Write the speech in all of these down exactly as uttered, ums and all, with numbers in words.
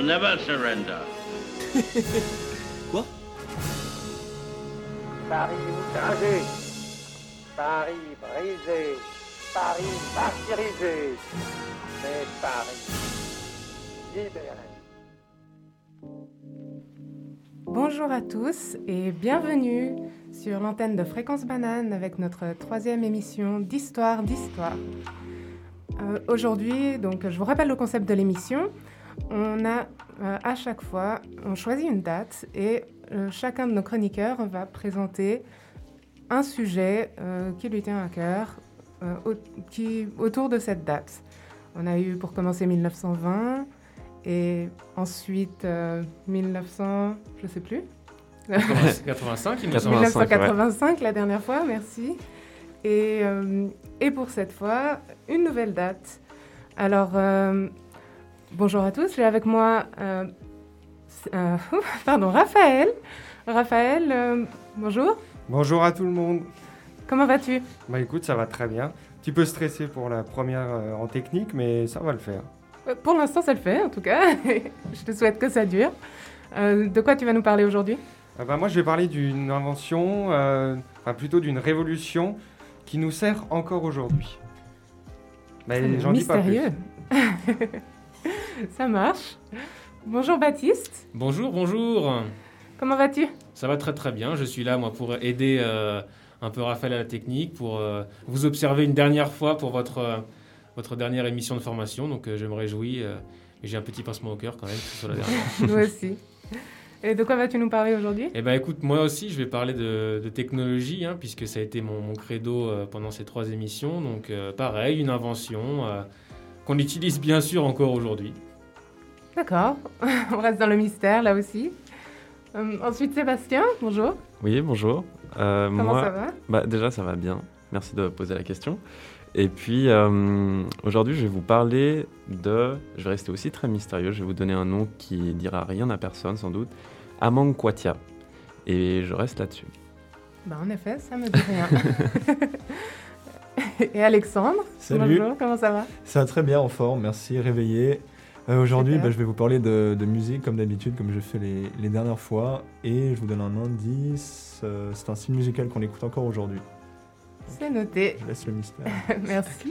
never surrender. Quoi? Paris outragé, Paris brisé, Paris martyrisé, mais Paris libéré. Bonjour à tous et bienvenue sur l'antenne de Fréquence Banane avec notre troisième émission d'Histoire d'Histoire. Euh, aujourd'hui, donc, je vous rappelle le concept de l'émission. On a euh, à chaque fois, on choisit une date et euh, chacun de nos chroniqueurs va présenter un sujet euh, qui lui tient à cœur euh, au, qui, autour de cette date. On a eu pour commencer mille neuf cent vingt et ensuite euh, mille neuf cents, je ne sais plus. quatre-vingt-cinq, il me semble. mille neuf cent quatre-vingt-cinq, ouais. La dernière fois, merci. Et, euh, et pour cette fois, une nouvelle date. Alors, euh, bonjour à tous, j'ai avec moi euh, euh, pardon, Raphaël. Raphaël, euh, bonjour. Bonjour à tout le monde. Comment vas-tu ? Bah écoute, ça va très bien. Un petit peu stressé pour la première euh, en technique, mais ça va le faire. euh, Pour l'instant, ça le fait, en tout cas. Je te souhaite que ça dure. Euh, de quoi tu vas nous parler aujourd'hui ? euh, bah, Moi, je vais parler d'une invention, euh, enfin plutôt d'une révolution qui nous sert encore aujourd'hui. Mais j'en dis pas plus. Mystérieux. Ça marche. Bonjour Baptiste. Bonjour, bonjour. Comment vas-tu ? Ça va très très bien. Je suis là, moi, pour aider euh, un peu Raphaël à la technique, pour euh, vous observer une dernière fois pour votre, euh, votre dernière émission de formation. Donc, euh, je me réjouis. Euh, et j'ai un petit pincement au cœur quand même sur la dernière. Moi aussi. Et de quoi vas-tu nous parler aujourd'hui ? Eh bien, écoute, moi aussi, je vais parler de, de technologie, hein, puisque ça a été mon, mon credo euh, pendant ces trois émissions. Donc, euh, pareil, une invention euh, qu'on utilise bien sûr encore aujourd'hui. D'accord. On reste dans le mystère, là aussi. Euh, ensuite, Sébastien, bonjour. Oui, bonjour. Euh, Comment moi, ça va ? bah, déjà, ça va bien. Merci de poser la question. Et puis, euh, aujourd'hui, je vais vous parler de... Je vais rester aussi très mystérieux. Je vais vous donner un nom qui dira rien à personne, sans doute. Amankwatya. Et je reste là-dessus. Bah, en effet, ça me dit rien. Et Alexandre, salut. Bonjour, comment ça va ? Ça va très bien, en forme, merci, réveillé. Euh, aujourd'hui, bah, je vais vous parler de, de musique, comme d'habitude, comme je fais les, les dernières fois. Et je vous donne un indice. Euh, c'est un style musical qu'on écoute encore aujourd'hui. C'est noté. Je laisse le mystère. Merci.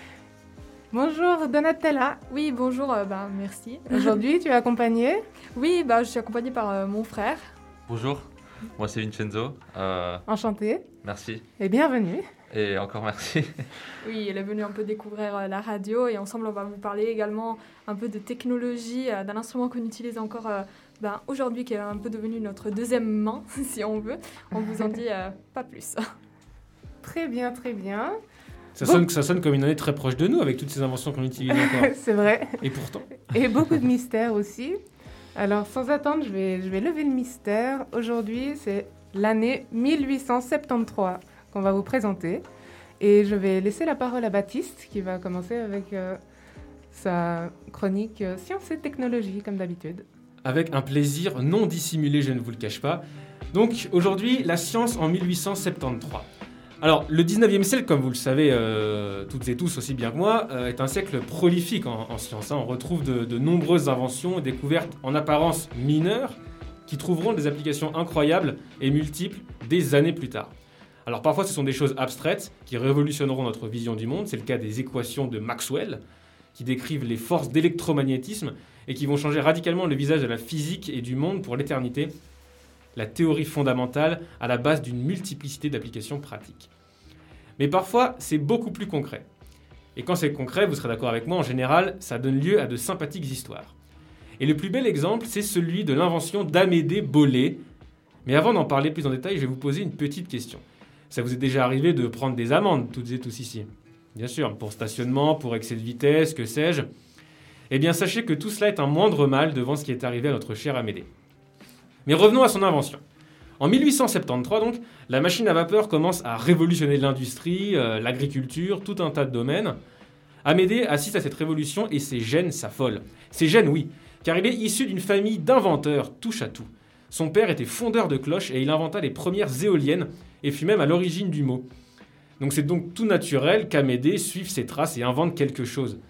Bonjour Donatella. Oui, bonjour, euh, bah, merci. Aujourd'hui, tu es accompagnée ? Oui, bah, je suis accompagnée par euh, mon frère. Bonjour, moi c'est Vincenzo. Euh, Enchantée. merci. Et bienvenue. Et encore merci. Oui, elle est venue un peu découvrir euh, la radio et ensemble on va vous parler également un peu de technologie, euh, d'un instrument qu'on utilise encore euh, ben, aujourd'hui qui est un peu devenu notre deuxième main, si on veut. On vous en dit euh, pas plus. Très bien, très bien. Ça, Bon. sonne, ça sonne comme une année très proche de nous avec toutes ces inventions qu'on utilise encore. C'est vrai. Et pourtant. Et beaucoup de mystères aussi. Alors, sans attendre, je vais, je vais lever le mystère. Aujourd'hui, c'est l'année mille huit cent soixante-treize qu'on va vous présenter. Et je vais laisser la parole à Baptiste, qui va commencer avec euh, sa chronique euh, Sciences et technologies, comme d'habitude. Avec un plaisir non dissimulé, je ne vous le cache pas. Donc, aujourd'hui, la science en mille huit cent soixante-treize. Alors, le dix-neuvième siècle, comme vous le savez euh, toutes et tous aussi bien que moi, euh, est un siècle prolifique en, en sciences. Hein. On retrouve de, de nombreuses inventions et découvertes en apparence mineures qui trouveront des applications incroyables et multiples des années plus tard. Alors parfois, ce sont des choses abstraites qui révolutionneront notre vision du monde. C'est le cas des équations de Maxwell, qui décrivent les forces d'électromagnétisme et qui vont changer radicalement le visage de la physique et du monde pour l'éternité. La théorie fondamentale à la base d'une multiplicité d'applications pratiques. Mais parfois, c'est beaucoup plus concret. Et quand c'est concret, vous serez d'accord avec moi, en général, ça donne lieu à de sympathiques histoires. Et le plus bel exemple, c'est celui de l'invention d'Amédée Bollé. Mais avant d'en parler plus en détail, je vais vous poser une petite question. Ça vous est déjà arrivé de prendre des amendes, toutes et tous ici ? Bien sûr, pour stationnement, pour excès de vitesse, que sais-je. Eh bien, sachez que tout cela est un moindre mal devant ce qui est arrivé à notre cher Amédée. Mais revenons à son invention. En mille huit cent soixante-treize, donc, la machine à vapeur commence à révolutionner l'industrie, euh, l'agriculture, tout un tas de domaines. Amédée assiste à cette révolution et ses gènes s'affolent. Ses gènes, oui, car il est issu d'une famille d'inventeurs touche à tout. Son père était fondeur de cloches et il inventa les premières éoliennes et fut même à l'origine du mot. Donc c'est donc tout naturel qu'Amédée suive ses traces et invente quelque chose.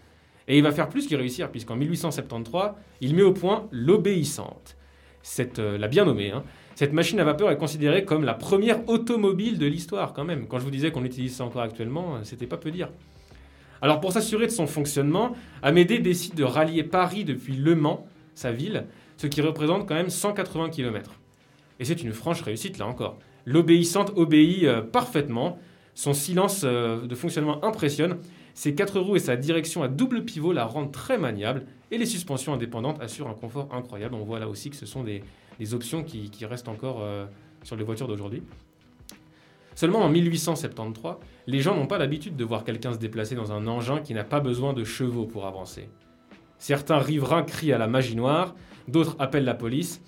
Et il va faire plus qu'y réussir, puisqu'en mille huit cent soixante-treize, il met au point l'Obéissante. Cette, euh, l'a bien nommée, hein. Cette machine à vapeur est considérée comme la première automobile de l'histoire, quand même. Quand je vous disais qu'on utilise ça encore actuellement, c'était pas peu dire. Alors, pour s'assurer de son fonctionnement, Amédée décide de rallier Paris depuis Le Mans, sa ville, ce qui représente quand même cent quatre-vingts kilomètres. Et c'est une franche réussite, là encore. L'Obéissante obéit euh, parfaitement. Son silence euh, de fonctionnement impressionne. Ses quatre roues et sa direction à double pivot la rendent très maniable. Et les suspensions indépendantes assurent un confort incroyable. On voit là aussi que ce sont des, des options qui, qui restent encore euh, sur les voitures d'aujourd'hui. Seulement en mille huit cent soixante-treize, les gens n'ont pas l'habitude de voir quelqu'un se déplacer dans un engin qui n'a pas besoin de chevaux pour avancer. Certains riverains crient à la magie noire, d'autres appellent la police.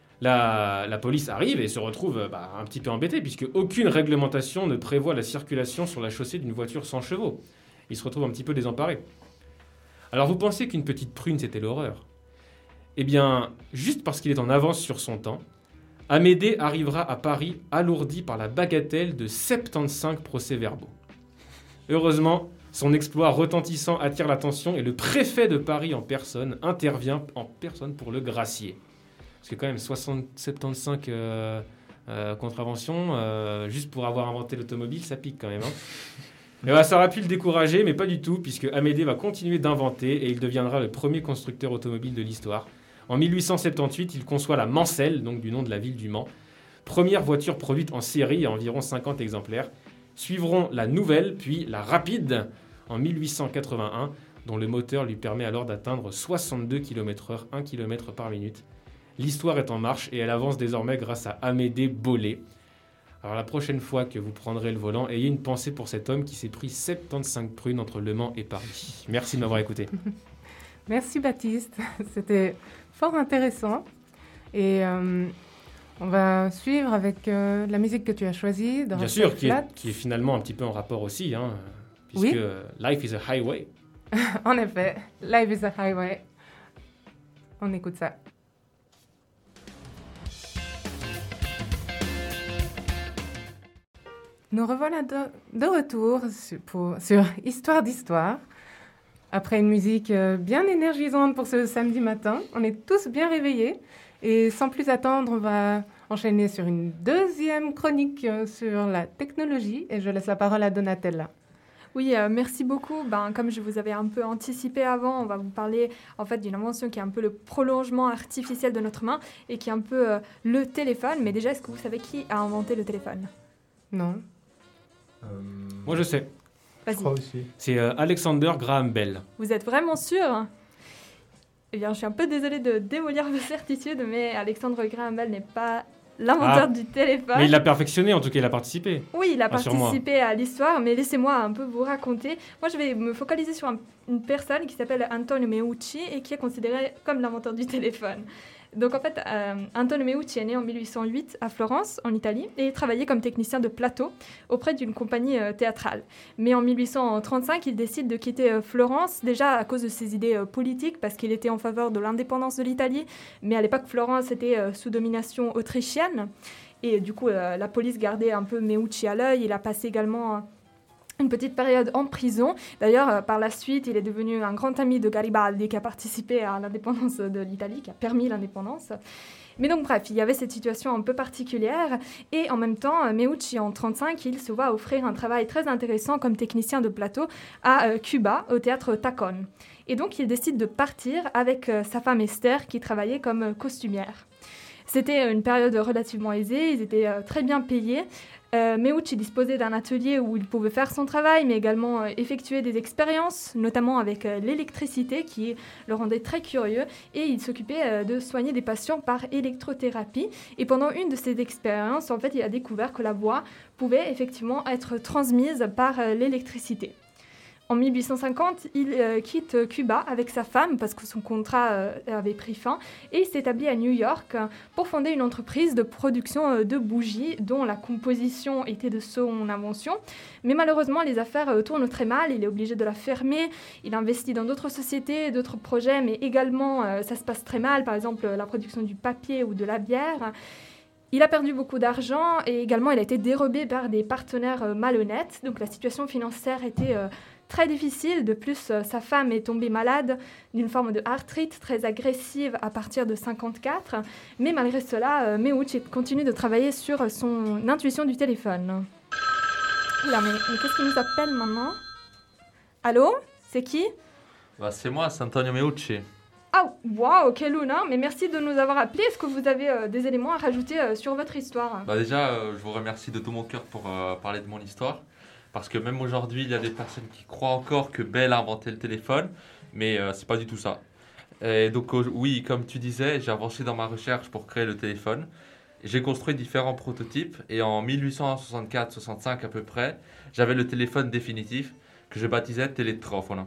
La, la police arrive et se retrouve bah, un petit peu embêtée, puisque aucune réglementation ne prévoit la circulation sur la chaussée d'une voiture sans chevaux. Ils se retrouvent un petit peu désemparés. Alors vous pensez qu'une petite prune, c'était l'horreur ? Eh bien, juste parce qu'il est en avance sur son temps, Amédée arrivera à Paris alourdi par la bagatelle de soixante-quinze procès-verbaux. Heureusement, son exploit retentissant attire l'attention et le préfet de Paris en personne intervient en personne pour le gracier. Parce que quand même, soixante, soixante-quinze euh, euh, contraventions, euh, juste pour avoir inventé l'automobile, ça pique quand même. Hein. Mais bah, ça aura pu le décourager, mais pas du tout, puisque Amédée va continuer d'inventer et il deviendra le premier constructeur automobile de l'histoire. En mille huit cent soixante-dix-huit, il conçoit la Mancelle, donc du nom de la ville du Mans. Première voiture produite en série à environ cinquante exemplaires. Suivront la Nouvelle, puis la Rapide, en mille huit cent quatre-vingt-un, dont le moteur lui permet alors d'atteindre soixante-deux kilomètres heure, un kilomètre par minute. L'histoire est en marche et elle avance désormais grâce à Amédée Bollée. Alors la prochaine fois que vous prendrez le volant, ayez une pensée pour cet homme qui s'est pris soixante-quinze prunes entre Le Mans et Paris. Merci de m'avoir écouté. Merci Baptiste, c'était fort intéressant. Et euh, on va suivre avec euh, la musique que tu as choisie. Bien sûr, qui est, qui est finalement un petit peu en rapport aussi, hein, puisque oui. Life is a Highway. En effet, Life is a Highway. On écoute ça. Nous revoilà de, de retour sur, pour, sur Histoire d'Histoire. Après une musique bien énergisante pour ce samedi matin, on est tous bien réveillés. Et sans plus attendre, on va enchaîner sur une deuxième chronique sur la technologie. Et je laisse la parole à Donatella. Oui, euh, merci beaucoup. Ben, comme je vous avais un peu anticipé avant, on va vous parler en fait d'une invention qui est un peu le prolongement artificiel de notre main et qui est un peu euh, le téléphone. Mais déjà, est-ce que vous savez qui a inventé le téléphone ? Non. Euh... Moi, je sais. Vas-y. Je crois aussi. C'est euh, Alexander Graham Bell. Vous êtes vraiment sûr ? Eh bien, je suis un peu désolée de démolir vos certitudes, mais Alexander Graham Bell n'est pas l'inventeur Ah. du téléphone. Mais il l'a perfectionné, en tout cas, il a participé. Oui, il a Rassure-moi. participé à l'histoire, mais laissez-moi un peu vous raconter. Moi, je vais me focaliser sur un- une personne qui s'appelle Antonio Meucci et qui est considéré comme l'inventeur du téléphone. Donc, en fait, euh, Antonio Meucci est né en mille huit cent huit à Florence, en Italie, et il travaillait comme technicien de plateau auprès d'une compagnie euh, théâtrale. Mais en mille huit cent trente-cinq, il décide de quitter euh, Florence, déjà à cause de ses idées euh, politiques, parce qu'il était en faveur de l'indépendance de l'Italie. Mais à l'époque, Florence était euh, sous domination autrichienne. Et du coup, euh, la police gardait un peu Meucci à l'œil. Il a passé également euh, une petite période en prison. D'ailleurs, euh, par la suite, il est devenu un grand ami de Garibaldi, qui a participé à l'indépendance de l'Italie, qui a permis l'indépendance. Mais donc, bref, il y avait cette situation un peu particulière. Et en même temps, euh, Meucci, en trente-cinq, il se voit offrir un travail très intéressant comme technicien de plateau à euh, Cuba, au théâtre Tacón. Et donc, il décide de partir avec euh, sa femme Esther, qui travaillait comme euh, costumière. C'était une période relativement aisée, ils étaient euh, très bien payés. Euh, Meucci disposait d'un atelier où il pouvait faire son travail, mais également euh, effectuer des expériences, notamment avec euh, l'électricité, qui le rendait très curieux. Et il s'occupait euh, de soigner des patients par électrothérapie. Et pendant une de ces expériences, en fait, il a découvert que la voix pouvait effectivement être transmise par euh, l'électricité. En mille huit cent cinquante, il euh, quitte Cuba avec sa femme parce que son contrat euh, avait pris fin et il s'établit à New York euh, pour fonder une entreprise de production euh, de bougies dont la composition était de son invention. Mais malheureusement, les affaires euh, tournent très mal, il est obligé de la fermer, il investit dans d'autres sociétés, d'autres projets, mais également euh, ça se passe très mal, par exemple la production du papier ou de la bière. Il a perdu beaucoup d'argent et également il a été dérobé par des partenaires euh, malhonnêtes. Donc la situation financière était euh, très difficile. De plus, euh, sa femme est tombée malade d'une forme de arthrite très agressive à partir de cinquante-quatre. Mais malgré cela, euh, Meucci continue de travailler sur son intuition du téléphone. Oula, mais, mais qu'est-ce qui nous appelle maintenant? Allô? C'est qui? Bah, c'est moi, c'est Antonio Meucci. Ah, waouh, quel honneur! Mais merci de nous avoir appelés. Est-ce que vous avez euh, des éléments à rajouter euh, sur votre histoire? Bah, déjà, euh, je vous remercie de tout mon cœur pour euh, parler de mon histoire. Parce que même aujourd'hui, il y a des personnes qui croient encore que Bell a inventé le téléphone, mais euh, c'est pas du tout ça. Et donc, euh, oui, comme tu disais, j'ai avancé dans ma recherche pour créer le téléphone. J'ai construit différents prototypes et en mille huit cent soixante-quatre soixante-cinq à peu près, j'avais le téléphone définitif que je baptisais Télétrophone.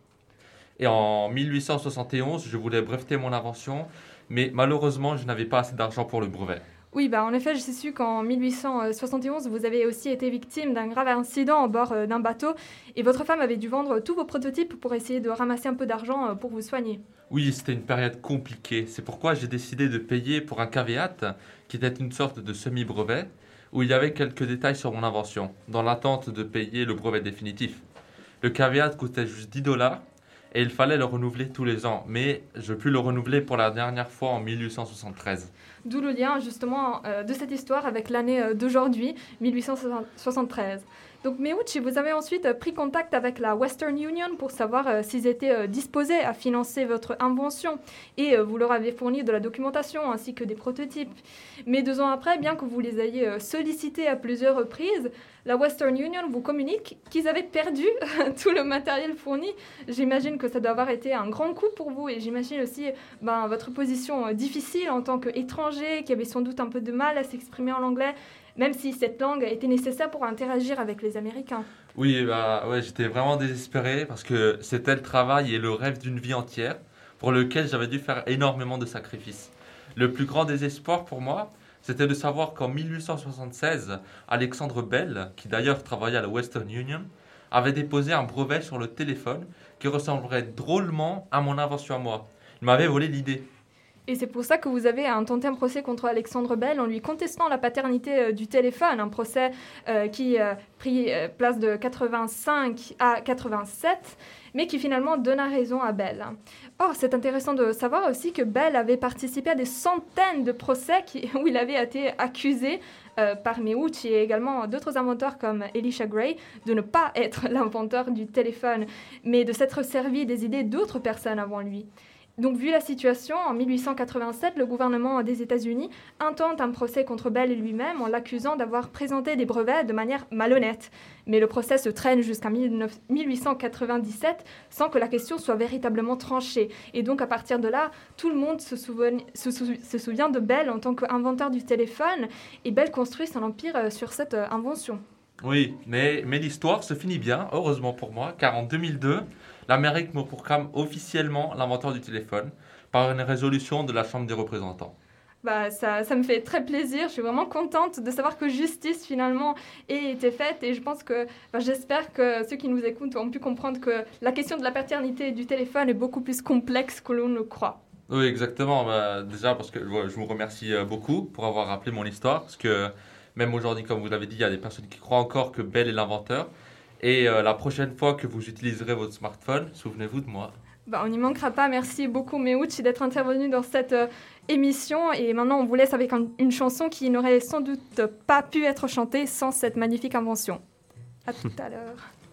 Et en mille huit cent soixante et onze, je voulais breveter mon invention, mais malheureusement, je n'avais pas assez d'argent pour le brevet. Oui, bah en effet, j'ai su qu'en mille huit cent soixante et onze, vous avez aussi été victime d'un grave incident à bord euh, d'un bateau et votre femme avait dû vendre tous vos prototypes pour essayer de ramasser un peu d'argent euh, pour vous soigner. Oui, c'était une période compliquée. C'est pourquoi j'ai décidé de payer pour un caveat, qui était une sorte de semi-brevet, où il y avait quelques détails sur mon invention, dans l'attente de payer le brevet définitif. Le caveat coûtait juste dix dollars. Et il fallait le renouveler tous les ans, mais je pus le renouveler pour la dernière fois en mille huit cent soixante-treize. D'où le lien justement euh, de cette histoire avec l'année euh, d'aujourd'hui, mille huit cent soixante-treize. Donc Meucci, vous avez ensuite euh, pris contact avec la Western Union pour savoir euh, s'ils étaient euh, disposés à financer votre invention et euh, vous leur avez fourni de la documentation ainsi que des prototypes. Mais deux ans après, bien que vous les ayez euh, sollicités à plusieurs reprises, la Western Union vous communique qu'ils avaient perdu tout le matériel fourni. J'imagine que ça doit avoir été un grand coup pour vous et j'imagine aussi ben, votre position euh, difficile en tant qu'étranger qui avait sans doute un peu de mal à s'exprimer en anglais, même si cette langue était nécessaire pour interagir avec les Américains. Oui, bah, ouais, j'étais vraiment désespéré parce que c'était le travail et le rêve d'une vie entière pour lequel j'avais dû faire énormément de sacrifices. Le plus grand désespoir pour moi, c'était de savoir qu'en mille huit cent soixante-seize, Alexandre Bell, qui d'ailleurs travaillait à la Western Union, avait déposé un brevet sur le téléphone qui ressemblerait drôlement à mon invention à moi. Il m'avait volé l'idée. Et c'est pour ça que vous avez intenté un procès contre Alexandre Bell en lui contestant la paternité euh, du téléphone, un procès euh, qui euh, prit euh, place de quatre-vingt-cinq à quatre-vingt-sept, mais qui finalement donna raison à Bell. Or, c'est intéressant de savoir aussi que Bell avait participé à des centaines de procès qui, où il avait été accusé euh, par Meucci et également d'autres inventeurs comme Elisha Gray de ne pas être l'inventeur du téléphone, mais de s'être servi des idées d'autres personnes avant lui. Donc, vu la situation, en mille huit cent quatre-vingt-sept, le gouvernement des États-Unis intente un procès contre Bell lui-même en l'accusant d'avoir présenté des brevets de manière malhonnête. Mais le procès se traîne jusqu'en mille huit cent quatre-vingt-dix-sept sans que la question soit véritablement tranchée. Et donc, à partir de là, tout le monde se, souven- se, sou- se souvient de Bell en tant qu'inventeur du téléphone et Bell construit son empire sur cette euh, invention. Oui, mais, mais l'histoire se finit bien, heureusement pour moi, car en deux mille deux, l'Amérique me proclame officiellement l'inventeur du téléphone par une résolution de la Chambre des représentants. Bah, ça, ça me fait très plaisir, je suis vraiment contente de savoir que justice finalement ait été faite et je pense que, bah, j'espère que ceux qui nous écoutent ont pu comprendre que la question de la paternité du téléphone est beaucoup plus complexe que l'on ne croit. Oui, exactement. Bah, déjà parce que ouais, je vous remercie beaucoup pour avoir rappelé mon histoire, parce que même aujourd'hui, comme vous l'avez dit, il y a des personnes qui croient encore que Bell est l'inventeur. Et euh, la prochaine fois que vous utiliserez votre smartphone, souvenez-vous de moi. Bah, on n'y manquera pas. Merci beaucoup, Meucci, d'être intervenu dans cette euh, émission. Et maintenant, on vous laisse avec un, une chanson qui n'aurait sans doute pas pu être chantée sans cette magnifique invention. À tout à l'heure.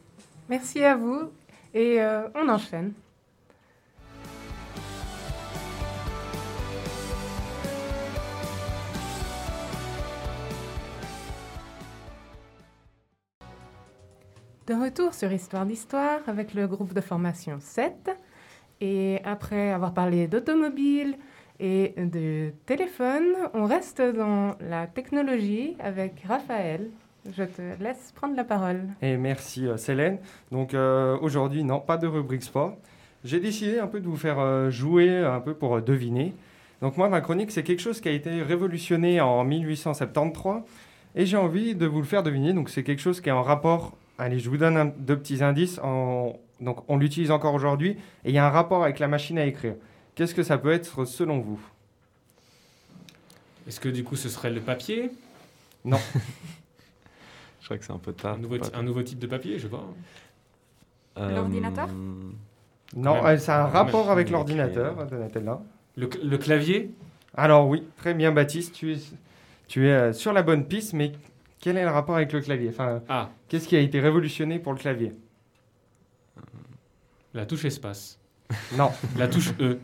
Merci à vous. Et euh, on enchaîne. De retour sur Histoire d'Histoire avec le groupe de formation sept. Et après avoir parlé d'automobile et de téléphone, on reste dans la technologie avec Raphaël. Je te laisse prendre la parole. Et merci euh, Célène. Donc euh, aujourd'hui, non, pas de rubrique sport. J'ai décidé un peu de vous faire euh, jouer un peu pour euh, deviner. Donc moi, ma chronique, c'est quelque chose qui a été révolutionné en mille huit cent soixante-treize et j'ai envie de vous le faire deviner. Donc c'est quelque chose qui est en rapport... Allez, je vous donne un, deux petits indices. En... Donc, on l'utilise encore aujourd'hui et il y a un rapport avec la machine à écrire. Qu'est-ce que ça peut être selon vous ? Est-ce que du coup ce serait le papier? Non. Je crois que c'est un peu tard. Un nouveau, Pas un nouveau type de papier, je sais pas. Euh, L'ordinateur? Non, Quand même. euh, ça a un Quand même. rapport avec Ok. l'ordinateur, Donatella. Le, cl- le clavier? Alors oui, très bien Baptiste, tu es, tu es euh, sur la bonne piste, mais quel est le rapport avec le clavier? Enfin, Ah, qu'est-ce qui a été révolutionné pour le clavier? la touche espace. Non, La touche E.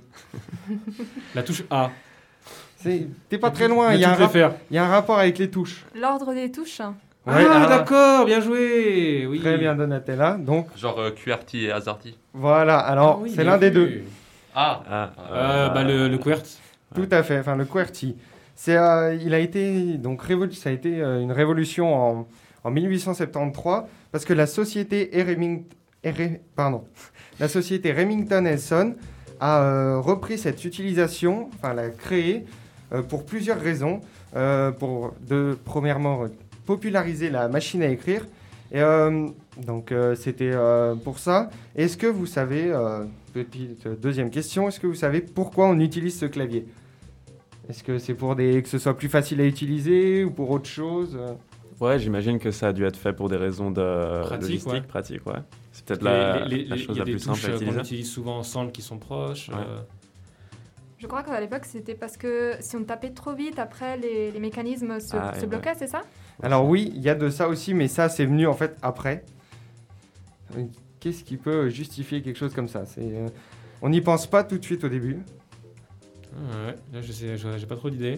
La touche A. c'est- t'es pas très loin, Le il y, a un truc de rap- faire. il y a un rapport avec les touches. L'ordre des touches. Ouais, ah, ah, d'accord, bien joué. Oui. Très bien Donatella, donc Genre euh, Q R T et AZERTY. voilà, alors Ah oui, c'est bien l'un des vu. deux. Ah, Ah, Euh, bah, le, le QWERTY. Tout à fait, enfin le QWERTY. C'est, euh, il a été, donc, révolu- ça a été euh, une révolution en, en mille huit cent soixante-treize parce que la société Reming- R- pardon, la société Remington and Son a euh, repris cette utilisation, enfin l'a créée euh, pour plusieurs raisons. Euh, pour de, premièrement, euh, populariser la machine à écrire. Et euh, donc euh, c'était euh, pour ça. Est-ce que vous savez, euh, petite deuxième question, est-ce que vous savez pourquoi on utilise ce clavier? Est-ce que c'est pour des, que ce soit plus facile à utiliser ou pour autre chose? Ouais, j'imagine que ça a dû être fait pour des raisons de Pratique, logistique, ouais. pratique, ouais. C'est peut-être la, Les- les- la les- chose Il y a la des plus simple touches à euh, qu'on utiliser. utilise souvent ensemble qui sont proches. Ouais. euh, Je crois qu'à l'époque, c'était parce que si on tapait trop vite, après, les, les mécanismes se, Ah, se ouais. bloquaient, c'est ça? Alors oui, il y a de ça aussi, mais ça c'est venu en fait après. Euh, Qu'est-ce qui peut justifier quelque chose comme ça? C'est, euh, on n'y pense pas tout de suite au début. ah, ouais, là, je sais, je- j'ai pas trop d'idées.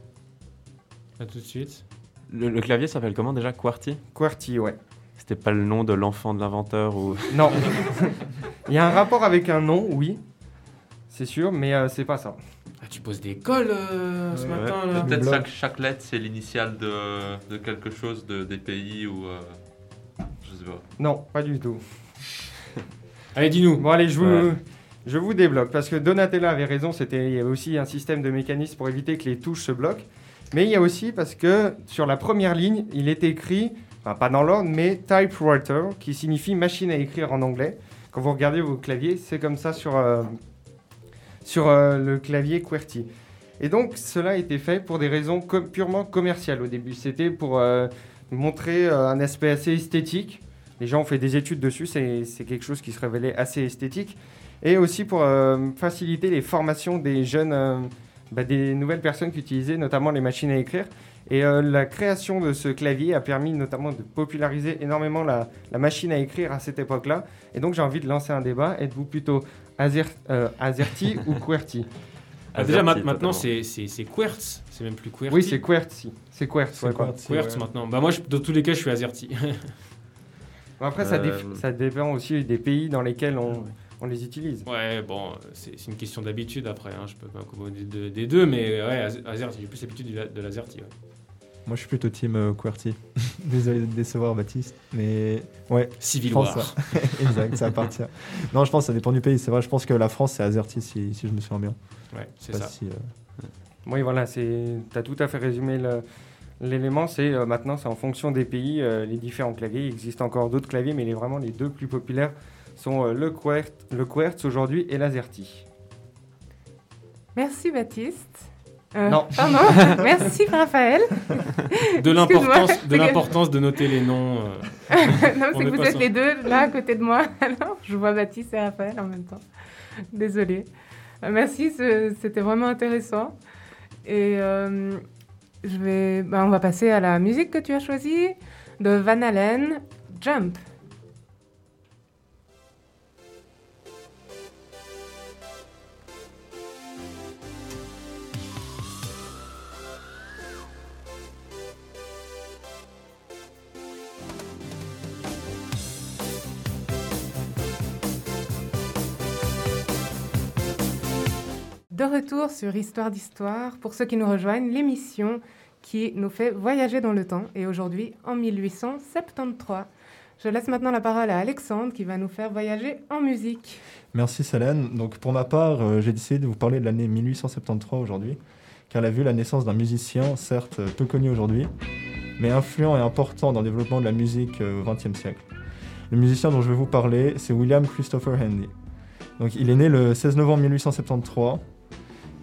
Là, tout de suite. Le, le clavier s'appelle comment déjà? QWERTY? QWERTY, ouais. C'était pas le nom de l'enfant de l'inventeur ou... Non. Il y a un rapport avec un nom, oui. C'est sûr, mais euh, c'est pas ça. Ah, tu poses des cols euh, ce Ouais. matin, là. peut-être blog. chaque, chaque lettre c'est l'initiale de, de quelque chose, de, des pays ou. euh, je sais pas. Non, pas du tout. Allez, dis-nous. Bon allez, je vous, Ouais. je vous débloque, parce que Donatella avait raison, c'était, il y avait aussi un système de mécanisme pour éviter que les touches se bloquent. Mais il y a aussi parce que sur la première ligne, il est écrit, enfin pas dans l'ordre, mais typewriter, qui signifie machine à écrire en anglais. Quand vous regardez vos claviers, c'est comme ça sur, euh, sur euh, le clavier QWERTY. Et donc cela a été fait pour des raisons com- purement commerciales au début. C'était pour euh, montrer euh, un aspect assez esthétique. Les gens ont fait des études dessus, c'est, c'est quelque chose qui se révélait assez esthétique. Et aussi pour euh, faciliter les formations des jeunes, euh, bah, des nouvelles personnes qui utilisaient notamment les machines à écrire. Et euh, la création de ce clavier a permis notamment de populariser énormément la, la machine à écrire à cette époque-là. Et donc j'ai envie de lancer un débat. Êtes-vous plutôt Azer, euh, AZERTY ou QWERTY? Ah, déjà, ma- Averti, maintenant, totalement. c'est, c'est, c'est QWERTZ. C'est même plus QWERTY. Oui, c'est QWERTY. C'est QWERTY. C'est ouais, quoi. QWERTY, QWERTZ ouais. maintenant. Bah, moi, je- dans tous les cas, je suis AZERTY. Bon, après, ça, Euh, déf- ça dépend aussi des pays dans lesquels on, on les utilise. Ouais, bon, c'est, c'est une question d'habitude après. Hein. Je peux pas accommoder de- des deux, mais ouais, Az- AZERTY. J'ai plus l'habitude de, la- de l'AZERTY. Ouais. Moi, je suis plutôt team euh, QWERTY. Désolé de décevoir Baptiste, mais ouais, Civil je pense War. ça. Exact, ça appartient. Non, je pense que ça dépend du pays. C'est vrai, je pense que la France, c'est AZERTY si, si je me souviens bien. Ouais, c'est Pas ça. si, euh, Oui, voilà, tu as tout à fait résumé le- l'élément. C'est euh, maintenant, c'est en fonction des pays, euh, les différents claviers. Il existe encore d'autres claviers, mais les, vraiment les deux plus populaires sont euh, le QWERTY, le QWERTZ aujourd'hui et l'AZERTY. Merci Baptiste. Euh, Non. Pardon. Merci Raphaël. De l'importance, de Excuse-moi. l'importance de noter les noms. euh. Non, On c'est est que vous pas êtes sans- les deux là à côté de moi. Alors, je vois Baptiste et Raphaël en même temps. Désolée. Euh, merci, ce- c'était vraiment intéressant. Et euh, je vais, ben, on va passer à la musique que tu as choisie de Van Halen, Jump. De retour sur Histoire d'Histoire, pour ceux qui nous rejoignent, l'émission qui nous fait voyager dans le temps, et aujourd'hui en mille huit cent soixante-treize. Je laisse maintenant la parole à Alexandre qui va nous faire voyager en musique. Merci Solène. Donc pour ma part, euh, j'ai décidé de vous parler de l'année mille huit cent soixante-treize aujourd'hui, car elle a vu la naissance d'un musicien, certes euh, peu connu aujourd'hui, mais influent et important dans le développement de la musique euh, au vingtième siècle. Le musicien dont je vais vous parler, c'est William Christopher Handy. Donc il est né le seize novembre mille huit cent soixante-treize,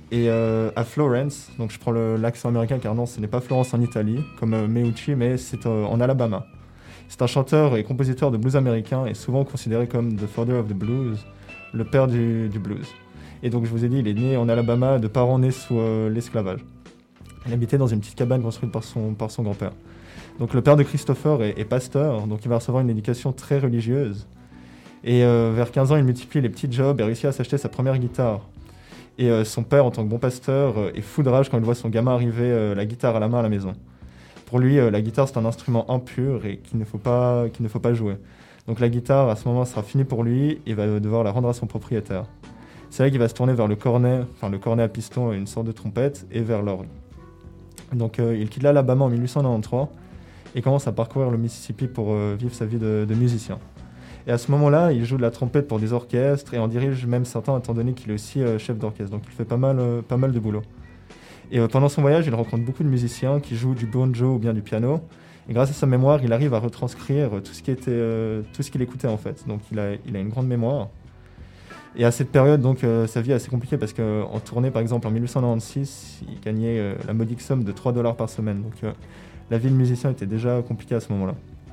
Et euh, à Florence, donc je prends le, l'accent américain car non, ce n'est pas Florence en Italie, comme euh, Meucci, mais c'est euh, en Alabama. C'est un chanteur et compositeur de blues américain et souvent considéré comme the father of the blues, le père du, du blues. Et donc je vous ai dit, il est né en Alabama de parents nés sous euh, l'esclavage. Il habitait dans une petite cabane construite par son, par son grand-père. Donc le père de Christopher est, est pasteur, donc il va recevoir une éducation très religieuse. Et euh, vers quinze ans, il multiplie les petits jobs et réussit à s'acheter sa première guitare. Et euh, son père, en tant que bon pasteur, euh, est fou de rage quand il voit son gamin arriver euh, la guitare à la main à la maison. Pour lui, euh, la guitare, c'est un instrument impur et qu'il ne faut pas, qu'il ne faut pas jouer. Donc la guitare, à ce moment, sera finie pour lui et il va devoir la rendre à son propriétaire. C'est là qu'il va se tourner vers le cornet, enfin le cornet à piston, une sorte de trompette, et vers l'orgue. Donc euh, il quitte l'Alabama en mille huit cent quatre-vingt-treize et commence à parcourir le Mississippi pour euh, vivre sa vie de, de musicien. Et à ce moment-là, il joue de la trompette pour des orchestres et en dirige même certains, étant donné qu'il est aussi euh, chef d'orchestre. Donc il fait pas mal, euh, pas mal de boulot. Et euh, pendant son voyage, il rencontre beaucoup de musiciens qui jouent du banjo ou bien du piano. Et grâce à sa mémoire, il arrive à retranscrire tout ce qui était, euh, tout ce qu'il écoutait en fait. Donc il a, il a une grande mémoire. Et à cette période, donc, euh, sa vie est assez compliquée parce qu'en tournée, par exemple, en mille huit cent quatre-vingt-seize, il gagnait euh, la modique somme de trois dollars par semaine. Donc euh, la vie de musicien était déjà compliquée à ce moment-là.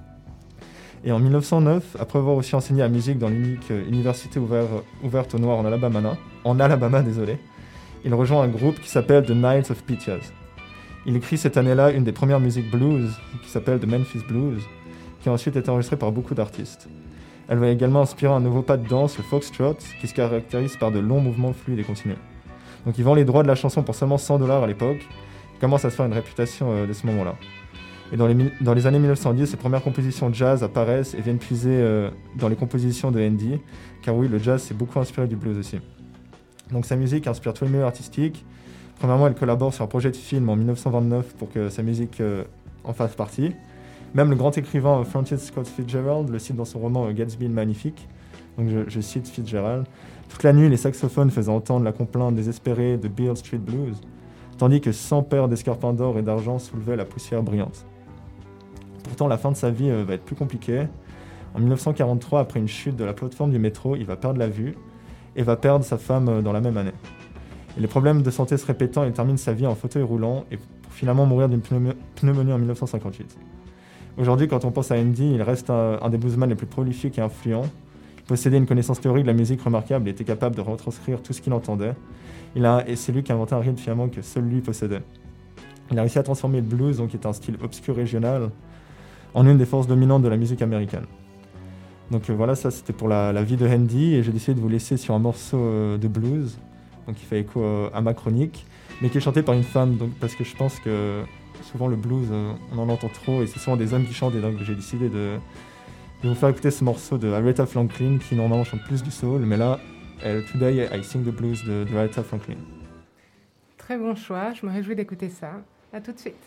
Et en mille neuf cent neuf, après avoir aussi enseigné la musique dans l'unique euh, université ouvert, ouverte aux Noirs en Alabama, en Alabama, désolé, il rejoint un groupe qui s'appelle The Knights of Pythias. Il écrit cette année-là une des premières musiques blues qui s'appelle The Memphis Blues, qui a ensuite été enregistrée par beaucoup d'artistes. Elle va également inspirer un nouveau pas de danse, le foxtrot, qui se caractérise par de longs mouvements fluides et continus. Donc il vend les droits de la chanson pour seulement cent dollars à l'époque, il commence à se faire une réputation euh, dès ce moment-là. Et dans les, dans les années mille neuf cent dix, ses premières compositions jazz apparaissent et viennent puiser euh, dans les compositions de Andy, car oui, le jazz s'est beaucoup inspiré du blues aussi. Donc sa musique inspire tous les milieux artistiques. Premièrement, elle collabore sur un projet de film en mille neuf cent vingt-neuf pour que sa musique euh, en fasse partie. Même le grand écrivain Francis Scott Fitzgerald le cite dans son roman Gatsby le Magnifique. Donc je, je cite Fitzgerald. Toute la nuit, les saxophones faisaient entendre la complainte désespérée de Beale Street Blues, tandis que cent paires d'escarpins d'or et d'argent soulevaient la poussière brillante. Pourtant, la fin de sa vie euh, va être plus compliquée. En mille neuf cent quarante-trois, après une chute de la plateforme du métro, il va perdre la vue et va perdre sa femme euh, dans la même année. Et les problèmes de santé se répétant, il termine sa vie en fauteuil roulant et pour finalement mourir d'une pneum- pneumonie en mille neuf cent cinquante-huit. Aujourd'hui, quand on pense à Andy, il reste un, un des bluesmen les plus prolifiques et influents. Il possédait une connaissance théorique de la musique remarquable et était capable de retranscrire tout ce qu'il entendait. Il a, et c'est lui qui a inventé un rythme finalement que seul lui possédait. Il a réussi à transformer le blues, donc qui est un style obscur régional, en une des forces dominantes de la musique américaine. Donc euh, voilà, ça c'était pour la, la vie de Andy, et j'ai décidé de vous laisser sur un morceau euh, de blues, donc qui fait écho euh, à ma chronique, mais qui est chanté par une femme, donc, parce que je pense que souvent le blues, euh, on en entend trop, et c'est souvent des hommes qui chantent, et donc j'ai décidé de, de vous faire écouter ce morceau de Aretha Franklin, qui normalement chante plus du soul, mais là, elle, Today I Sing the Blues de, de Aretha Franklin. Très bon choix, je me réjouis d'écouter ça. À tout de suite.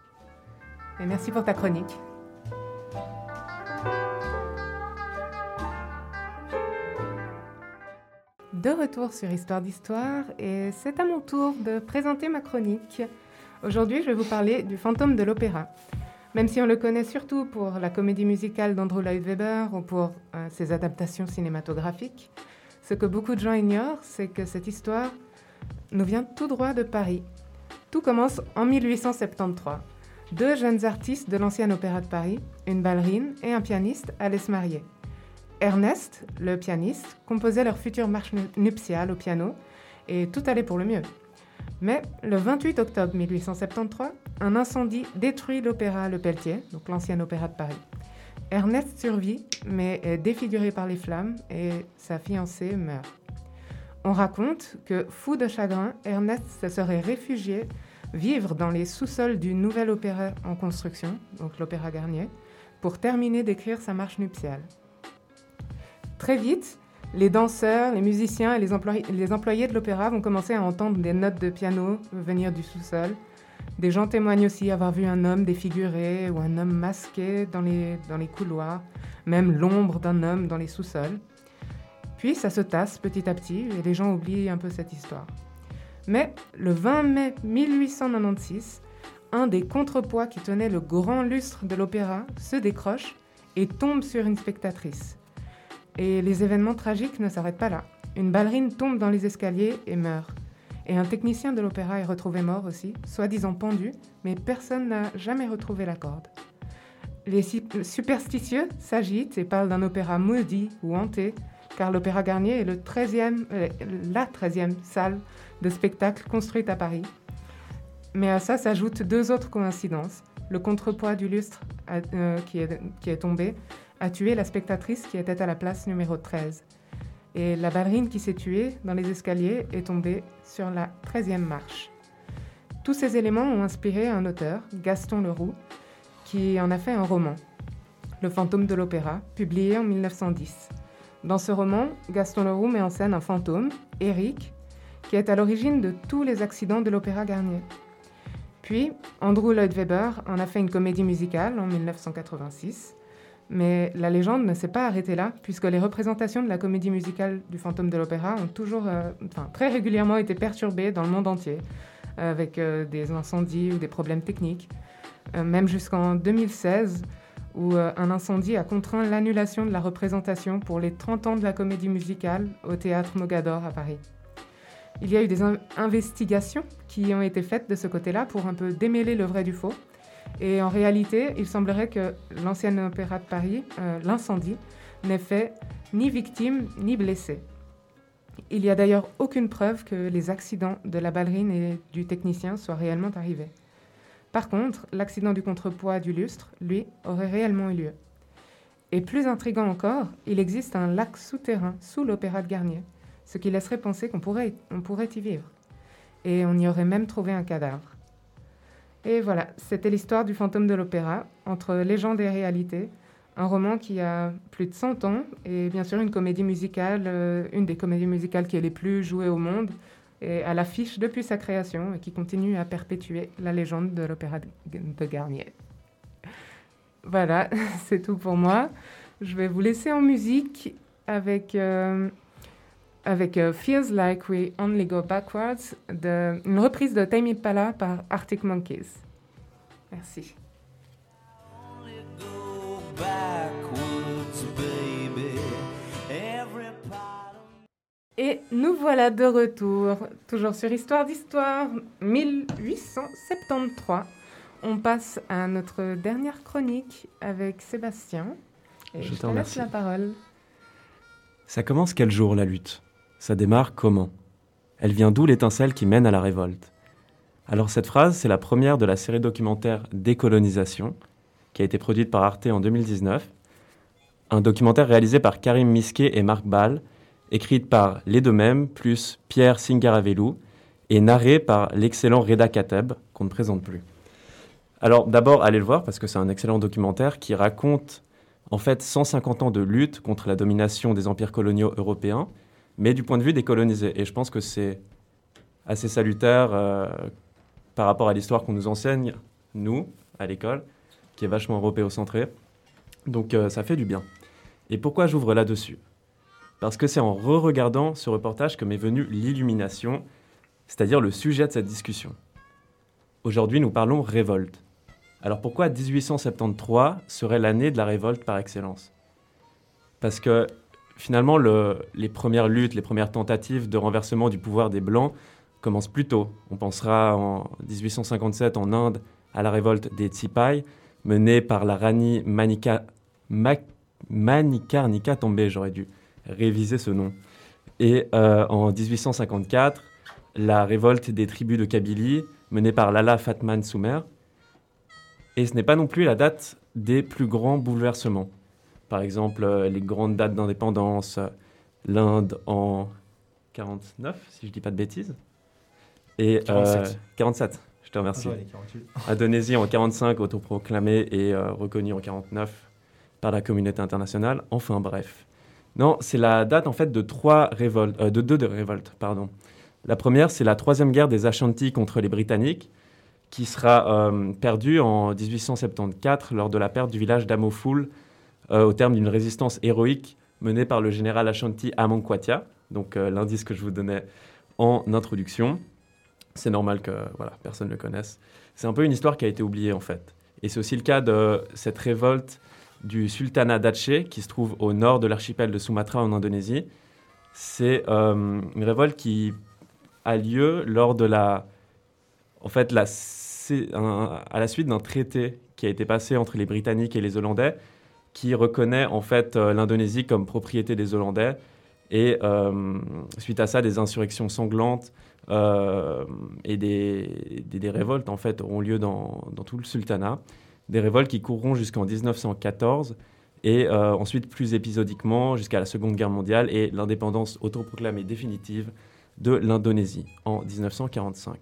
Et merci pour ta chronique. De retour sur Histoire d'Histoire, et c'est à mon tour de présenter ma chronique. Aujourd'hui, je vais vous parler du fantôme de l'opéra. Même si on le connaît surtout pour la comédie musicale d'Andrew Lloyd Webber ou pour euh, ses adaptations cinématographiques, ce que beaucoup de gens ignorent, c'est que cette histoire nous vient tout droit de Paris. Tout commence en mille huit cent soixante-treize. Deux jeunes artistes de l'ancien opéra de Paris, une ballerine et un pianiste, allaient se marier. Ernest, le pianiste, composait leur future marche nuptiale au piano et tout allait pour le mieux. Mais le vingt-huit octobre mille huit cent soixante-treize, un incendie détruit l'opéra Le Pelletier, donc l'ancien opéra de Paris. Ernest survit, mais est défiguré par les flammes et sa fiancée meurt. On raconte que, fou de chagrin, Ernest se serait réfugié vivre dans les sous-sols du nouvel opéra en construction, donc l'Opéra Garnier, pour terminer d'écrire sa marche nuptiale. Très vite, les danseurs, les musiciens et les employés, les employés de l'opéra vont commencer à entendre des notes de piano venir du sous-sol. Des gens témoignent aussi avoir vu un homme défiguré ou un homme masqué dans les, dans les couloirs, même l'ombre d'un homme dans les sous-sols. Puis ça se tasse petit à petit et les gens oublient un peu cette histoire. Mais le vingt mai mille huit cent quatre-vingt-seize, un des contrepoids qui tenait le grand lustre de l'opéra se décroche et tombe sur une spectatrice. Et les événements tragiques ne s'arrêtent pas là. Une ballerine tombe dans les escaliers et meurt. Et un technicien de l'opéra est retrouvé mort aussi, soi-disant pendu, mais personne n'a jamais retrouvé la corde. Les superstitieux s'agitent et parlent d'un opéra maudit ou hanté, car l'Opéra Garnier est le treizième, euh, la treizième salle de spectacle construite à Paris. Mais à ça s'ajoutent deux autres coïncidences. Le contrepoids du lustre a, euh, qui, est, qui est tombé a tué la spectatrice qui était à la place numéro treize. Et la ballerine qui s'est tuée dans les escaliers est tombée sur la treizième marche. Tous ces éléments ont inspiré un auteur, Gaston Leroux, qui en a fait un roman, Le fantôme de l'opéra, publié en mille neuf cent dix. Dans ce roman, Gaston Leroux met en scène un fantôme, Éric, qui est à l'origine de tous les accidents de l'Opéra Garnier. Puis, Andrew Lloyd Webber en a fait une comédie musicale en mille neuf cent quatre-vingt-six, mais la légende ne s'est pas arrêtée là, puisque les représentations de la comédie musicale du fantôme de l'opéra ont toujours, euh, enfin, très régulièrement été perturbées dans le monde entier, avec euh, des incendies ou des problèmes techniques, euh, même jusqu'en deux mille seize, où euh, un incendie a contraint l'annulation de la représentation pour les trente ans de la comédie musicale au théâtre Mogador à Paris. Il y a eu des in- investigations qui ont été faites de ce côté-là pour un peu démêler le vrai du faux. Et en réalité, il semblerait que l'ancien opéra de Paris, euh, l'incendie, n'ait fait ni victime ni blessé. Il n'y a d'ailleurs aucune preuve que les accidents de la ballerine et du technicien soient réellement arrivés. Par contre, l'accident du contrepoids du lustre, lui, aurait réellement eu lieu. Et plus intriguant encore, il existe un lac souterrain sous l'opéra de Garnier, ce qui laisserait penser qu'on pourrait, on pourrait y vivre. Et on y aurait même trouvé un cadavre. Et voilà, c'était l'histoire du fantôme de l'opéra, entre légende et réalité, un roman qui a plus de cent ans, et bien sûr une comédie musicale, euh, une des comédies musicales qui est les plus jouées au monde, et à l'affiche depuis sa création, et qui continue à perpétuer la légende de l'opéra de Garnier. Voilà, c'est tout pour moi. Je vais vous laisser en musique avec, euh, avec uh, Feels Like We Only Go Backwards, de, une reprise de Tame Impala par Arctic Monkeys. Merci. Et nous voilà de retour, toujours sur Histoire d'Histoire, mille huit cent soixante-treize. On passe à notre dernière chronique avec Sébastien. Et je, je te laisse la parole. Ça commence quel jour, la lutte ? Ça démarre comment ? Elle vient d'où l'étincelle qui mène à la révolte ? Alors cette phrase, c'est la première de la série documentaire Décolonisation, qui a été produite par Arte en deux mille dix-neuf. Un documentaire réalisé par Karim Misquet et Marc Ball, écrite par les deux mêmes, plus Pierre Singaravelou, et narré par l'excellent Reda Kateb, qu'on ne présente plus. Alors d'abord, allez le voir, parce que c'est un excellent documentaire qui raconte en fait cent cinquante ans de lutte contre la domination des empires coloniaux européens, mais du point de vue des colonisés. Et je pense que c'est assez salutaire euh, par rapport à l'histoire qu'on nous enseigne, nous, à l'école, qui est vachement européocentrée. Donc euh, ça fait du bien. Et pourquoi j'ouvre là-dessus ? Parce que c'est en re-regardant ce reportage que m'est venue l'illumination, c'est-à-dire le sujet de cette discussion. Aujourd'hui, nous parlons révolte. Alors pourquoi dix-huit cent soixante-treize serait l'année de la révolte par excellence ? Parce que finalement, le, les premières luttes, les premières tentatives de renversement du pouvoir des Blancs commencent plus tôt. On pensera en dix-huit cent cinquante-sept en Inde à la révolte des Tsipai, menée par la Rani Manika, Ma, Manikarnika Tombé, j'aurais dû réviser ce nom. Et euh, en dix-huit cent cinquante-quatre, la révolte des tribus de Kabylie, menée par Lala Fatman Soumer. Et ce n'est pas non plus la date des plus grands bouleversements. Par exemple, euh, les grandes dates d'indépendance, euh, l'Inde en quarante-neuf, si je ne dis pas de bêtises. Et, quarante-sept. Euh, quarante-sept, je te remercie. Ouais, les quarante-huit. Indonésie en quarante-cinq, autoproclamée et euh, reconnue en quarante-neuf par la communauté internationale. Enfin bref. Non, c'est la date en fait de trois révoltes, euh, de deux de révoltes, pardon. La première, c'est la troisième guerre des Ashanti contre les Britanniques, qui sera euh, perdue en dix-huit cent soixante-quatorze lors de la perte du village d'Amofoul, euh, au terme d'une résistance héroïque menée par le général Ashanti Amonkwatia, donc euh, l'indice que je vous donnais en introduction. C'est normal que voilà, personne ne le connaisse. C'est un peu une histoire qui a été oubliée en fait. Et c'est aussi le cas de cette révolte du sultanat d'Aceh, qui se trouve au nord de l'archipel de Sumatra en Indonésie. C'est euh, une révolte qui a lieu lors de la, en fait, la, c'est un, à la suite d'un traité qui a été passé entre les Britanniques et les Hollandais, qui reconnaît en fait euh, l'Indonésie comme propriété des Hollandais. Et euh, suite à ça, des insurrections sanglantes euh, et des, des, des révoltes en fait auront lieu dans, dans tout le sultanat. Des révoltes qui courront jusqu'en dix-neuf cent quatorze et euh, ensuite plus épisodiquement jusqu'à la Seconde Guerre mondiale et l'indépendance autoproclamée définitive de l'Indonésie en dix-neuf cent quarante-cinq.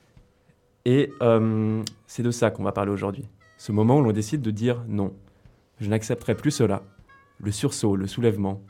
Et euh, c'est de ça qu'on va parler aujourd'hui. Ce moment où l'on décide de dire non. Je n'accepterai plus cela. Le sursaut, le soulèvement.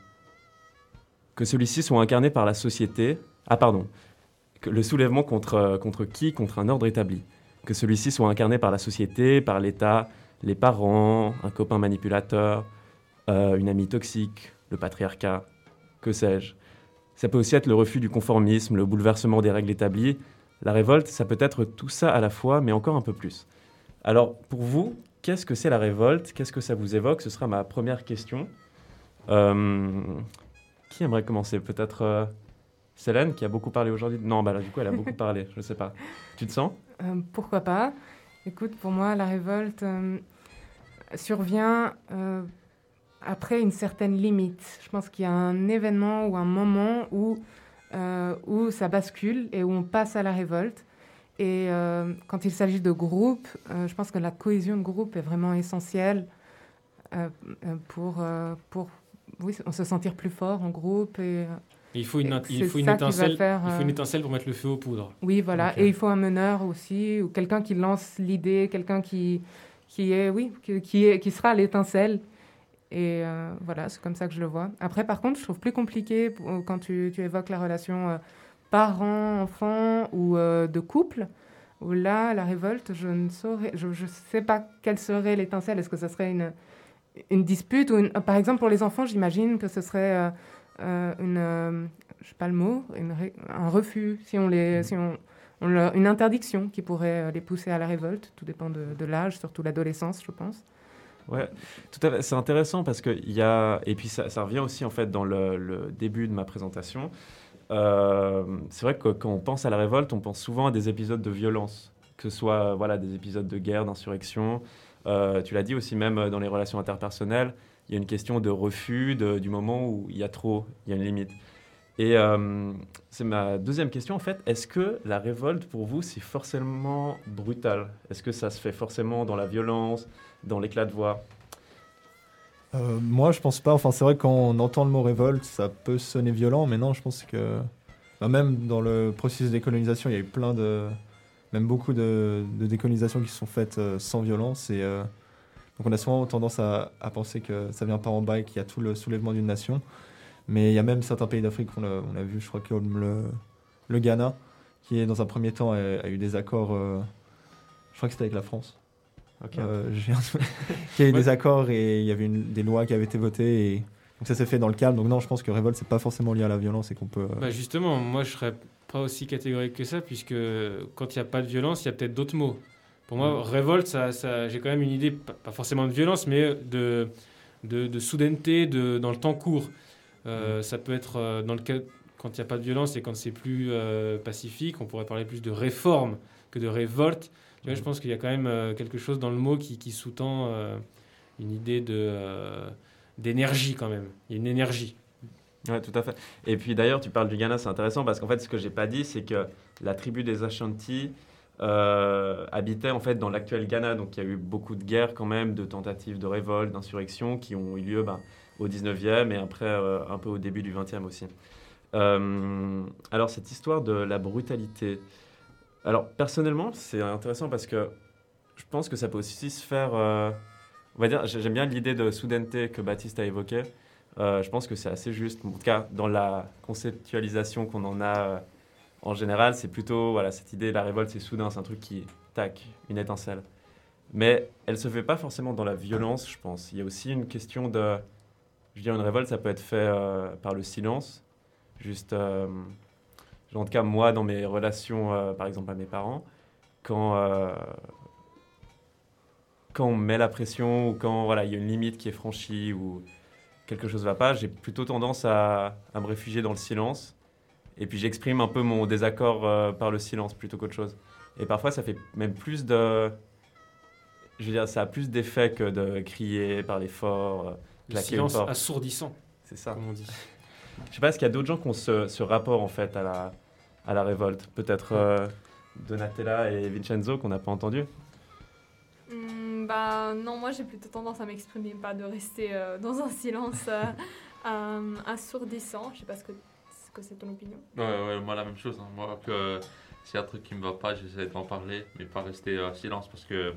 Que celui-ci soit incarné par la société. Ah, pardon. Que le soulèvement contre, contre qui ? Contre un ordre établi. Que celui-ci soit incarné par la société, par l'État, les parents, un copain manipulateur, euh, une amie toxique, le patriarcat, que sais-je. Ça peut aussi être le refus du conformisme, le bouleversement des règles établies. La révolte, ça peut être tout ça à la fois, mais encore un peu plus. Alors, pour vous, qu'est-ce que c'est la révolte ? Qu'est-ce que ça vous évoque ? Ce sera ma première question. Euh... Qui aimerait commencer ? Peut-être euh, Célène, qui a beaucoup parlé aujourd'hui. Non, bah là, du coup, elle a beaucoup parlé. Je ne sais pas. Tu te sens ? euh, Pourquoi pas ? Écoute, pour moi, la révolte euh, survient euh, après une certaine limite. Je pense qu'il y a un événement ou un moment où, euh, où ça bascule et où on passe à la révolte. Et euh, quand il s'agit de groupe, euh, je pense que la cohésion de groupe est vraiment essentielle euh, pour... Euh, pour Oui, on se sentir plus fort en groupe. Et, et il faut une, et il faut une étincelle. Faire, euh... Il faut une étincelle pour mettre le feu aux poudres. Oui, voilà. Okay. Et il faut un meneur aussi, ou quelqu'un qui lance l'idée, quelqu'un qui, qui est, oui, qui, qui, est, qui sera l'étincelle. Et euh, voilà, c'est comme ça que je le vois. Après, par contre, je trouve plus compliqué quand tu, tu évoques la relation euh, parent-enfant ou euh, de couple. Où là, la révolte, je ne saurais, je, je sais pas quelle serait l'étincelle. Est-ce que ça serait une une dispute ou une, par exemple pour les enfants, j'imagine que ce serait euh, euh, une, euh, je sais pas le mot, une, un refus, si on les, si on, on leur, une interdiction qui pourrait euh, les pousser à la révolte. Tout dépend de, de l'âge, surtout l'adolescence, je pense. Ouais, tout à fait. C'est intéressant parce que il y a, et puis ça, ça revient aussi en fait dans le, le début de ma présentation. Euh, c'est vrai que quand on pense à la révolte, on pense souvent à des épisodes de violence, que ce soit voilà des épisodes de guerre, d'insurrection. Euh, tu l'as dit aussi, même dans les relations interpersonnelles, il y a une question de refus de, du moment où il y a trop, il y a une limite. Et euh, c'est ma deuxième question, en fait. Est-ce que la révolte, pour vous, c'est forcément brutal ? Est-ce que ça se fait forcément dans la violence, dans l'éclat de voix ? euh, Moi, je pense pas. Enfin, c'est vrai que quand on entend le mot révolte, ça peut sonner violent, mais non, je pense que... Bah, même dans le processus de décolonisation, il y a eu plein de... Même beaucoup de, de décolonisations qui se sont faites euh, sans violence. Et, euh, donc on a souvent tendance à, à penser que ça vient par en bas et qu'il y a tout le soulèvement d'une nation. Mais il y a même certains pays d'Afrique, on a, on a vu, je crois, comme le, le Ghana, qui est dans un premier temps a, a eu des accords, euh, je crois que c'était avec la France. Okay. Euh, j'ai qui a eu ouais. des accords et il y avait une, des lois qui avaient été votées. Et, donc ça s'est fait dans le calme. Donc non, je pense que révolte, c'est pas forcément lié à la violence et qu'on peut... Euh... Bah justement, moi je serais... pas aussi catégorique que ça, puisque quand il n'y a pas de violence, il y a peut-être d'autres mots. Pour moi, mmh. révolte, ça, ça, j'ai quand même une idée, pas forcément de violence, mais de, de, de soudaineté de, dans le temps court. Euh, mmh. Ça peut être euh, dans le cas, quand il n'y a pas de violence et quand c'est plus euh, pacifique, on pourrait parler plus de réforme que de révolte. Tu vois, mmh. je pense qu'il y a quand même euh, quelque chose dans le mot qui, qui sous-tend euh, une idée de, euh, d'énergie quand même. Il y a une énergie. Oui, tout à fait. Et puis d'ailleurs, tu parles du Ghana, c'est intéressant parce qu'en fait, ce que je n'ai pas dit, c'est que la tribu des Ashanti euh, habitait en fait dans l'actuel Ghana. Donc il y a eu beaucoup de guerres quand même, de tentatives de révolte, d'insurrection qui ont eu lieu ben, au dix-neuvième et après euh, un peu au début du vingtième aussi. Euh, alors cette histoire de la brutalité, alors personnellement, c'est intéressant parce que je pense que ça peut aussi se faire, euh, on va dire, j'aime bien l'idée de soudaineté que Baptiste a évoquée. Euh, je pense que c'est assez juste. En tout cas, dans la conceptualisation qu'on en a euh, en général, c'est plutôt voilà, cette idée de la révolte, c'est soudain, c'est un truc qui, tac, une étincelle. Mais elle ne se fait pas forcément dans la violence, je pense. Il y a aussi une question de... Je veux dire, une révolte, ça peut être fait euh, par le silence. Juste, euh, en tout cas, moi, dans mes relations, euh, par exemple, à mes parents, quand, euh, quand on met la pression ou quand voilà, il y a une limite qui est franchie ou... quelque chose ne va pas, j'ai plutôt tendance à, à me réfugier dans le silence Et puis j'exprime un peu mon désaccord euh, par le silence plutôt qu'autre chose. Et parfois, ça fait même plus de... Je veux dire, ça a plus d'effet que de crier, parler fort, euh, Le claquer silence fort. assourdissant, C'est ça. comme on dit. Je sais pas, est-ce qu'il y a d'autres gens qui ont ce, ce rapport, en fait, à la, à la révolte? Peut-être euh, Donatella et Vincenzo, qu'on n'a pas entendu. Hmm, bah non, moi j'ai plutôt tendance à m'exprimer, pas de rester euh, dans un silence euh, euh, assourdissant. Je sais pas ce que, ce que c'est ton opinion. Ouais, ouais, moi la même chose. Hein. Moi, que s'il y a un truc qui me va pas, j'essaie d'en parler, mais pas rester en silence parce que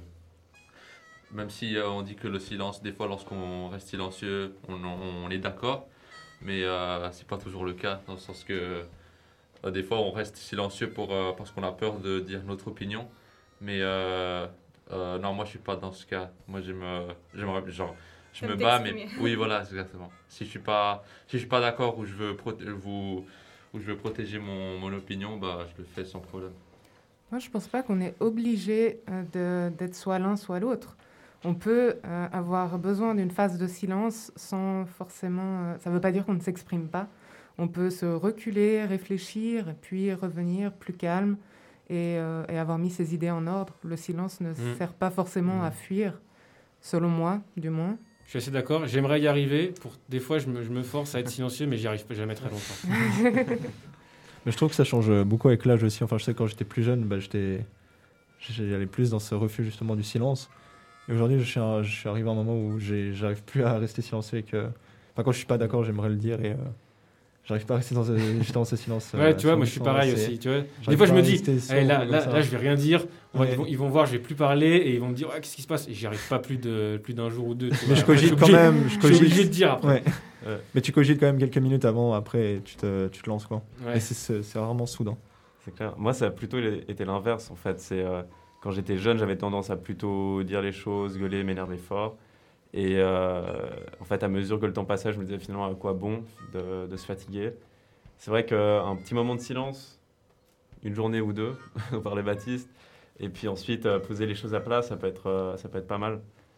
même si euh, on dit que le silence, des fois, lorsqu'on reste silencieux, on, on, on est d'accord, mais euh, c'est pas toujours le cas dans le sens que euh, des fois on reste silencieux pour euh, parce qu'on a peur de dire notre opinion, mais euh, euh, non, moi je suis pas dans ce cas. Moi j'aime, j'aimerais genre je T'aimes me bats, mais t'exprimer. oui, voilà, c'est exactement. Si je suis pas, si je suis pas d'accord ou je veux proté- vous, ou je veux protéger mon, mon opinion, bah je le fais sans problème. Moi, je ne pense pas qu'on est obligé euh, de- d'être soit l'un, soit l'autre. On peut euh, avoir besoin d'une phase de silence sans forcément... euh, ça ne veut pas dire qu'on ne s'exprime pas. On peut se reculer, réfléchir, et puis revenir plus calme et, euh, et avoir mis ses idées en ordre. Le silence ne Mmh. sert pas forcément Mmh. à fuir, selon moi, du moins. Je suis assez d'accord. J'aimerais y arriver. Pour... Des fois, je me, je me force à être silencieux, mais j'y arrive pas jamais très longtemps. Mais je trouve que ça change beaucoup avec l'âge aussi. Enfin, je sais que quand j'étais plus jeune, bah, j'étais... j'allais plus dans ce refus justement du silence. Et aujourd'hui, je suis, un- je suis arrivé à un moment où j'ai- j'arrive plus à rester silencieux. Et que... enfin, quand je suis pas d'accord, j'aimerais le dire. Et euh, j'arrive pas à rester dans ce, j'étais dans ce silence. Ouais, euh, tu vois, moi je suis assourdissant, pareil c'est- aussi. Tu vois. Des j'arrive fois, je pas me à dis, rester eh, sobre là, comme là, ça. là, je vais rien dire. On va- Ouais. ils, vont, ils vont voir, je vais plus parler et ils vont me dire, ouais, qu'est-ce qui se passe? Et j'y arrive pas plus de plus d'un jour ou deux. tu vois. Mais je Après, suis cogite quand obligé- même. Je Je suis cogite. obligé de dire après. Ouais. Ouais. Mais tu cogites quand même quelques minutes avant, après, et tu te, tu te lances quoi. Ouais. Et c'est- c'est c'est rarement soudain. C'est clair. Moi, ça a plutôt été l'inverse, en fait. C'est, euh, quand j'étais jeune, j'avais tendance à plutôt dire les choses, gueuler, m'énerver fort. Et euh, en fait, à mesure que le temps passait, je me disais finalement à quoi bon de, de se fatiguer. C'est vrai qu'un petit moment de silence, une journée ou deux, on parlait Baptiste, et puis ensuite euh, poser les choses à plat, ça peut être, euh, ça peut être pas mal.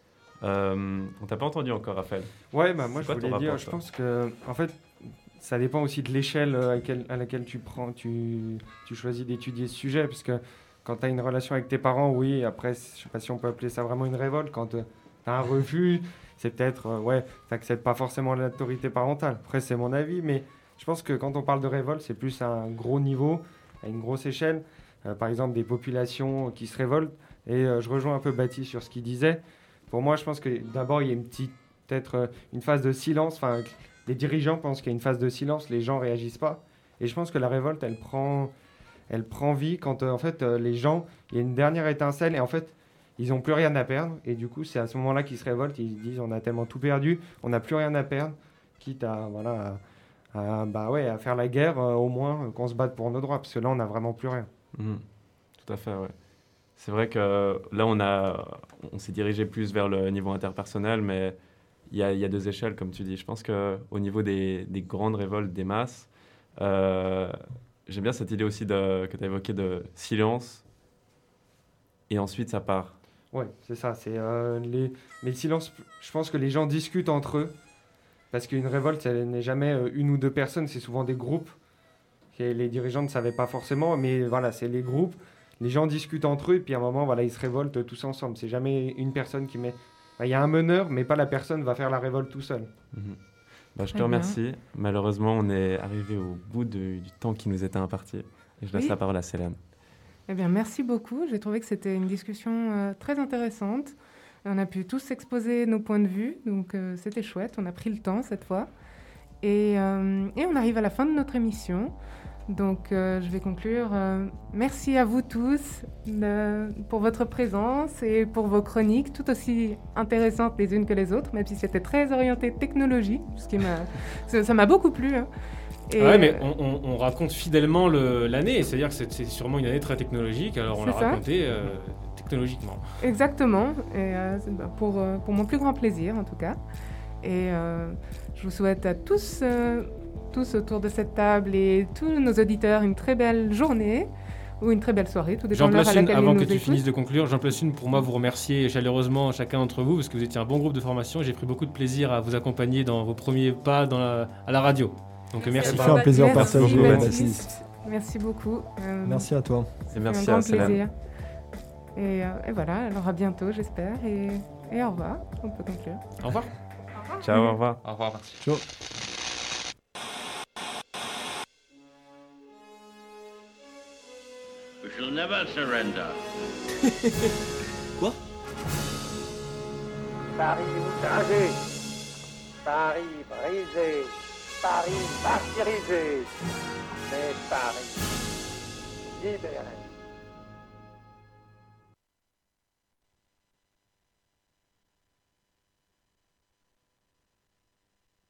Euh, on t'a pas entendu encore, Raphaël. Ouais, bah moi C'est je quoi ton voulais dire, rapport, je toi pense que en fait, ça dépend aussi de l'échelle à laquelle, à laquelle tu prends, tu, tu choisis d'étudier ce sujet, parce que quand tu as une relation avec tes parents, oui, après, je sais pas si on peut appeler ça vraiment une révolte, quand tu as un refus, c'est peut-être, euh, ouais, t'acceptes pas forcément l'autorité parentale. Après, c'est mon avis, mais je pense que quand on parle de révolte, c'est plus à un gros niveau, à une grosse échelle, Euh, par exemple des populations qui se révoltent, et euh, je rejoins un peu Baptiste sur ce qu'il disait. Pour moi, je pense que d'abord, il y a une petite, peut-être euh, une phase de silence. Enfin, les dirigeants pensent qu'il y a une phase de silence, les gens réagissent pas. Et je pense que la révolte, elle prend, elle prend vie quand, euh, en fait, euh, les gens, il y a une dernière étincelle et en fait, ils n'ont plus rien à perdre. Et du coup, c'est à ce moment-là qu'ils se révoltent. Ils se disent, on a tellement tout perdu, on n'a plus rien à perdre, quitte à, voilà, à, à, bah ouais, à faire la guerre, euh, au moins euh, qu'on se batte pour nos droits, parce que là, on n'a vraiment plus rien. Mhm. Tout à fait, ouais. C'est vrai que euh, là, on, a, on s'est dirigé plus vers le niveau interpersonnel, mais il y a, il y a deux échelles, comme tu dis. Je pense qu'au niveau des, des grandes révoltes des masses, euh, j'aime bien cette idée aussi de, que tu as évoquée de silence, et ensuite ça part. Ouais, c'est ça. C'est euh, les... Mais le silence, je pense que les gens discutent entre eux, parce qu'une révolte, ça n'est jamais euh, une ou deux personnes, c'est souvent des groupes. Et les dirigeants ne savaient pas forcément, mais voilà, c'est les groupes. Les gens discutent entre eux, et puis à un moment, voilà, ils se révoltent tous ensemble. C'est jamais une personne qui met... Il y a un meneur, mais pas la personne va faire la révolte tout seul. Mhm. Bah, je Très te bien. remercie. Malheureusement, on est arrivé au bout de- du temps qui nous était imparti. Et je laisse Oui. la parole à Célène. Eh bien, merci beaucoup. J'ai trouvé que c'était une discussion euh, très intéressante. On a pu tous exposer nos points de vue, donc euh, c'était chouette. On a pris le temps cette fois. Et, euh, et on arrive à la fin de notre émission. Donc, euh, je vais conclure. Euh, merci à vous tous de- pour votre présence et pour vos chroniques, tout aussi intéressantes les unes que les autres, même si c'était très orienté technologie, ce qui m'a, ça ça m'a beaucoup plu. hein. Et, Ah ouais, mais euh, on, on- on raconte fidèlement le- l'année, c'est-à-dire que c'est c'est sûrement une année très technologique, alors on l'a C'est ça. raconté euh, technologiquement. Exactement, et euh, c'est, bah, pour, euh, pour mon plus grand plaisir en tout cas. Et euh, je vous souhaite à tous, euh, tous autour de cette table et tous nos auditeurs une très belle journée ou une très belle soirée, tout dépend J'en de l'heure à place une, laquelle avant ils que nous tu écoutent. finisses de conclure, j'en place une pour moi vous remercier chaleureusement chacun d'entre vous, parce que vous étiez un bon groupe de formation, j'ai pris beaucoup de plaisir à vous accompagner dans vos premiers pas dans la- à la radio. Donc merci. Ça fait un plaisir Merci partagé, Baptiste. Baptiste. Merci beaucoup. Euh, Merci à toi. Et merci un à grand Célène. plaisir. Et, euh, et voilà, alors à bientôt, j'espère. Et, et au revoir. On peut conclure. Au revoir. Au revoir. Ciao, au revoir. Au revoir, merci. Ciao. We shall never surrender. Quoi? Paris outragé, Paris brisé, Paris martyrisé, mais Paris libéré.